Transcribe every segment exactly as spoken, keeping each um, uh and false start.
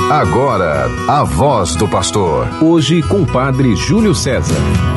Agora, a voz do pastor. Hoje com o padre Júlio César.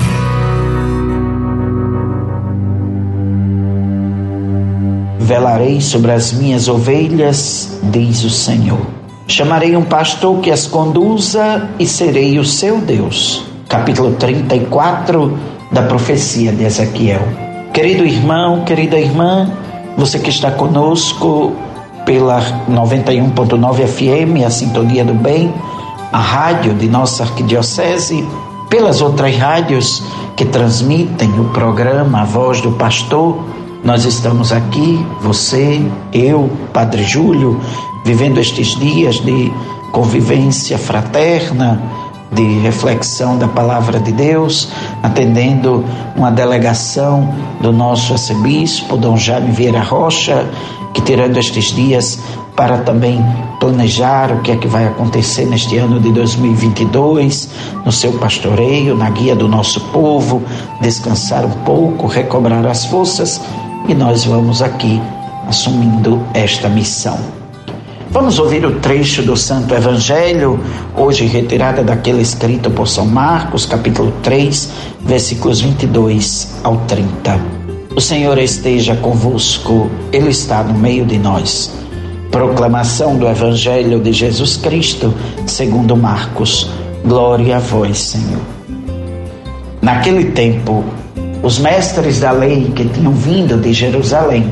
Velarei sobre as minhas ovelhas, diz o Senhor. Chamarei um pastor que as conduza e serei o seu Deus. Capítulo trinta e quatro da profecia de Ezequiel. Querido irmão, querida irmã, você que está conosco pela noventa e um ponto nove F M, a Sintonia do Bem, a rádio de nossa arquidiocese, pelas outras rádios que transmitem o programa A Voz do Pastor. Nós estamos aqui, você, eu, Padre Júlio, vivendo estes dias de convivência fraterna, de reflexão da Palavra de Deus, atendendo uma delegação do nosso arcebispo, Dom Jaime Vieira Rocha, que tirando estes dias para também planejar o que é que vai acontecer neste ano de dois mil e vinte e dois, no seu pastoreio, na guia do nosso povo, descansar um pouco, recobrar as forças, e nós vamos aqui assumindo esta missão. Vamos ouvir o trecho do Santo Evangelho, hoje retirada daquele escrito por São Marcos, capítulo três, versículos vinte e dois ao trinta. O Senhor esteja convosco, Ele está no meio de nós. Proclamação do Evangelho de Jesus Cristo, segundo Marcos. Glória a vós, Senhor. Naquele tempo, os mestres da lei que tinham vindo de Jerusalém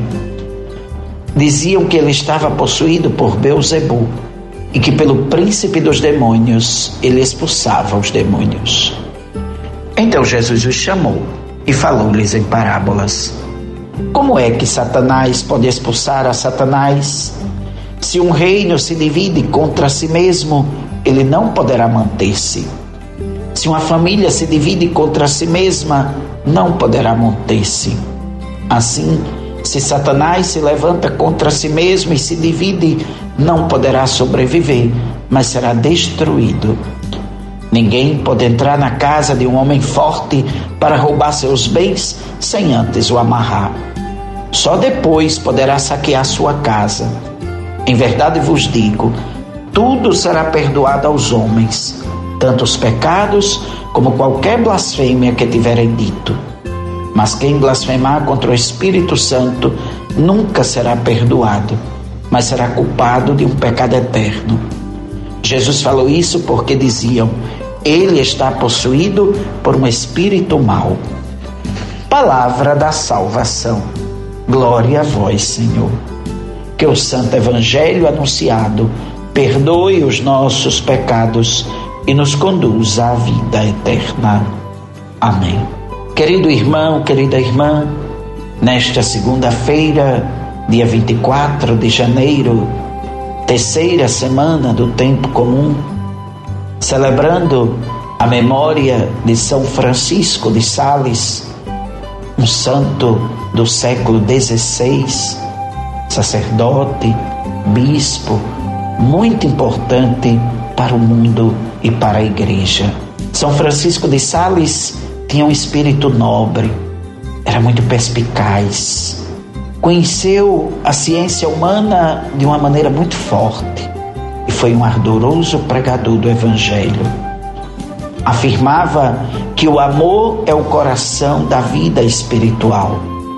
diziam que ele estava possuído por Beelzebu e que pelo príncipe dos demônios ele expulsava os demônios. Então Jesus os chamou e falou-lhes em parábolas. Como é que Satanás pode expulsar a Satanás? Se um reino se divide contra si mesmo, ele não poderá manter-se. Se uma família se divide contra si mesma, não poderá manter-se. Assim, se Satanás se levanta contra si mesmo e se divide, não poderá sobreviver, mas será destruído. Ninguém pode entrar na casa de um homem forte para roubar seus bens sem antes o amarrar. Só depois poderá saquear sua casa. Em verdade vos digo, tudo será perdoado aos homens, tanto os pecados como qualquer blasfêmia que tiverem dito. Mas quem blasfemar contra o Espírito Santo nunca será perdoado, mas será culpado de um pecado eterno. Jesus falou isso porque diziam: ele está possuído por um espírito mau. Palavra da salvação. Glória a vós, Senhor. Que o Santo Evangelho anunciado perdoe os nossos pecados e nos conduza à vida eterna. Amém. Querido irmão, querida irmã, nesta segunda-feira, dia vinte e quatro de janeiro, terceira semana do tempo comum, celebrando a memória de São Francisco de Sales, um santo do século dezesseis, sacerdote, bispo, muito importante para o mundo e para a igreja. São Francisco de Sales tinha um espírito nobre, era muito perspicaz, conheceu a ciência humana de uma maneira muito forte e foi um ardoroso pregador do Evangelho. Afirmava que o amor é o coração da vida espiritual.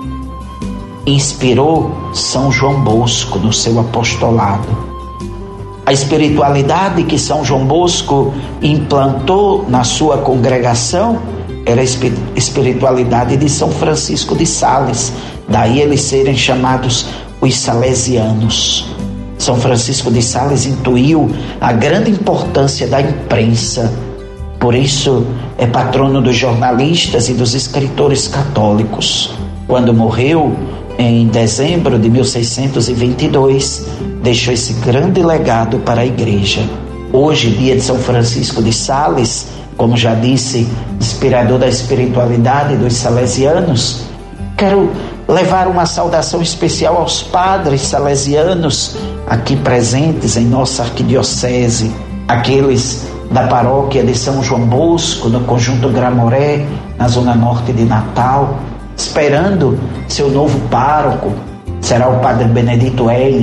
Inspirou São João Bosco no seu apostolado. A espiritualidade que São João Bosco implantou na sua congregação era a espiritualidade de São Francisco de Sales, daí eles serem chamados os salesianos. São Francisco de Sales intuiu a grande importância da imprensa, por isso é patrono dos jornalistas e dos escritores católicos. Quando morreu, em dezembro de mil seiscentos e vinte e dois, deixou esse grande legado para a igreja. Hoje, dia de São Francisco de Sales, como já disse, inspirador da espiritualidade dos salesianos, quero levar uma saudação especial aos padres salesianos aqui presentes em nossa arquidiocese, aqueles da paróquia de São João Bosco, no Conjunto Gramoré, na zona norte de Natal, esperando seu novo pároco. Será o padre Benedito Hélio,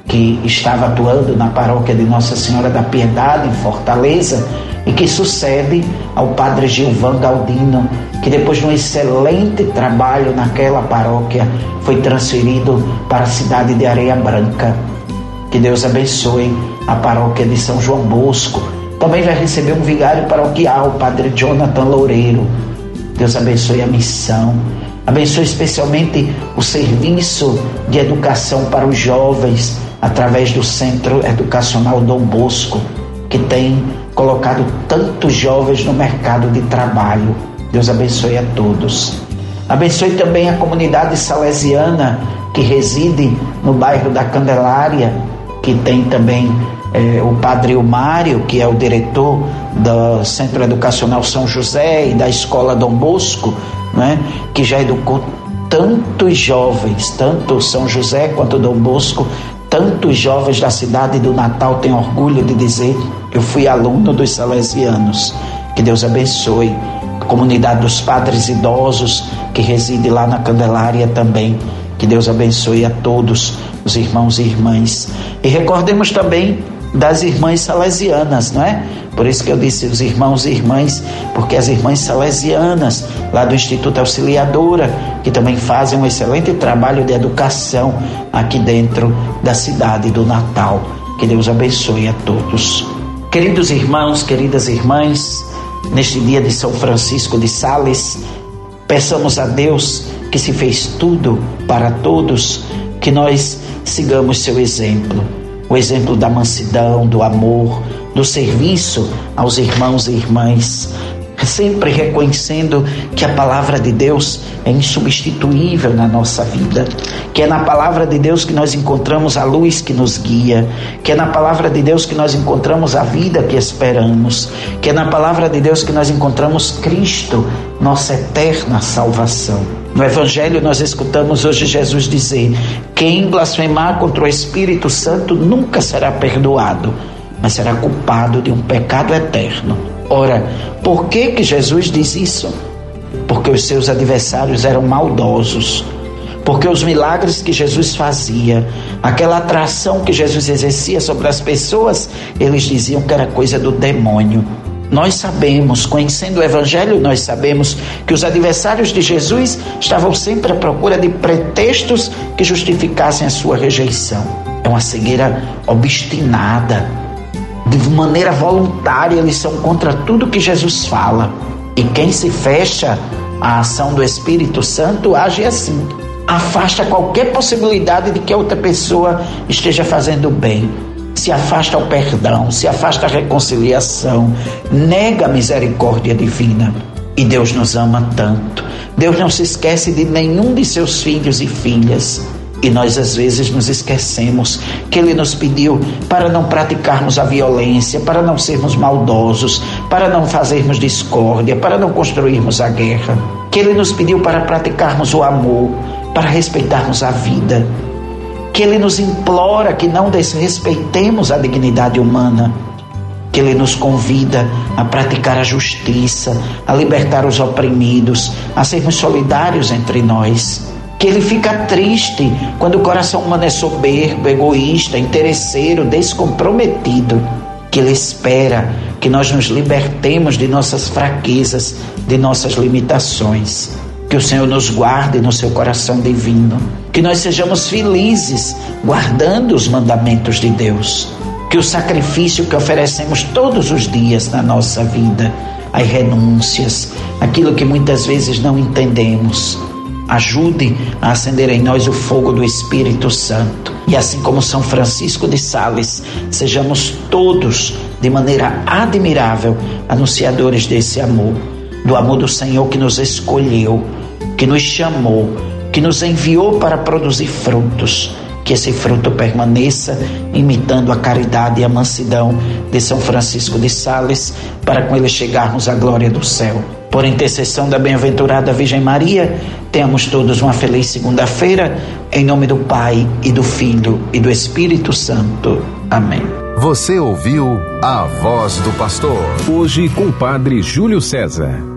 que estava atuando na paróquia de Nossa Senhora da Piedade, em Fortaleza, e que sucede ao padre Gilvan Galdino, que depois de um excelente trabalho naquela paróquia, foi transferido para a cidade de Areia Branca. Que Deus abençoe a paróquia de São João Bosco. Também vai receber um vigário paroquial, o padre Jonathan Loureiro. Deus abençoe a missão. Abençoe especialmente o serviço de educação para os jovens, através do Centro Educacional Dom Bosco, que tem colocado tantos jovens no mercado de trabalho. Deus abençoe a todos. Abençoe também a comunidade salesiana que reside no bairro da Candelária, que tem também eh, o padre Mário, que é o diretor do Centro Educacional São José e da Escola Dom Bosco, né, que já educou tantos jovens, tanto São José quanto Dom Bosco, tantos jovens da cidade do Natal têm orgulho de dizer: eu fui aluno dos salesianos. Que Deus abençoe a comunidade dos padres idosos que reside lá na Candelária também. Que Deus abençoe a todos os irmãos e irmãs. E recordemos também das irmãs salesianas, não é? Por isso que eu disse os irmãos e irmãs, porque as irmãs salesianas lá do Instituto Auxiliadora, que também fazem um excelente trabalho de educação aqui dentro da cidade do Natal. Que Deus abençoe a todos. Queridos irmãos, queridas irmãs, neste dia de São Francisco de Sales, peçamos a Deus, que se fez tudo para todos, que nós sigamos seu exemplo. O exemplo da mansidão, do amor, do serviço aos irmãos e irmãs, sempre reconhecendo que a palavra de Deus é insubstituível na nossa vida, que é na palavra de Deus que nós encontramos a luz que nos guia, que é na palavra de Deus que nós encontramos a vida que esperamos, que é na palavra de Deus que nós encontramos Cristo, nossa eterna salvação. No Evangelho nós escutamos hoje Jesus dizer: quem blasfemar contra o Espírito Santo nunca será perdoado, mas será culpado de um pecado eterno. Ora, por que que Jesus diz isso? Porque os seus adversários eram maldosos, porque os milagres que Jesus fazia, aquela atração que Jesus exercia sobre as pessoas, eles diziam que era coisa do demônio. Nós sabemos, conhecendo o Evangelho, nós sabemos que os adversários de Jesus estavam sempre à procura de pretextos que justificassem a sua rejeição. É uma cegueira obstinada. De maneira voluntária, eles são contra tudo que Jesus fala. E quem se fecha à ação do Espírito Santo age assim. Afasta qualquer possibilidade de que a outra pessoa esteja fazendo bem. Se afasta o perdão, se afasta a reconciliação, nega a misericórdia divina. E Deus nos ama tanto. Deus não se esquece de nenhum de seus filhos e filhas. E nós às vezes nos esquecemos que Ele nos pediu para não praticarmos a violência, para não sermos maldosos, para não fazermos discórdia, para não construirmos a guerra. Que Ele nos pediu para praticarmos o amor, para respeitarmos a vida. Que Ele nos implora que não desrespeitemos a dignidade humana. Que Ele nos convida a praticar a justiça, a libertar os oprimidos, a sermos solidários entre nós. Que Ele fica triste quando o coração humano é soberbo, egoísta, interesseiro, descomprometido. Que Ele espera que nós nos libertemos de nossas fraquezas, de nossas limitações. Que o Senhor nos guarde no seu coração divino. Que nós sejamos felizes guardando os mandamentos de Deus. Que o sacrifício que oferecemos todos os dias na nossa vida, as renúncias, aquilo que muitas vezes não entendemos, ajude a acender em nós o fogo do Espírito Santo. E assim como São Francisco de Sales, sejamos todos, de maneira admirável, anunciadores desse amor, do amor do Senhor que nos escolheu, que nos chamou, que nos enviou para produzir frutos. Que esse fruto permaneça imitando a caridade e a mansidão de São Francisco de Sales, para com ele chegarmos à glória do céu. Por intercessão da bem-aventurada Virgem Maria, tenhamos todos uma feliz segunda-feira, em nome do Pai, e do Filho, e do Espírito Santo. Amém. Você ouviu A Voz do Pastor. Hoje com o Padre Júlio César.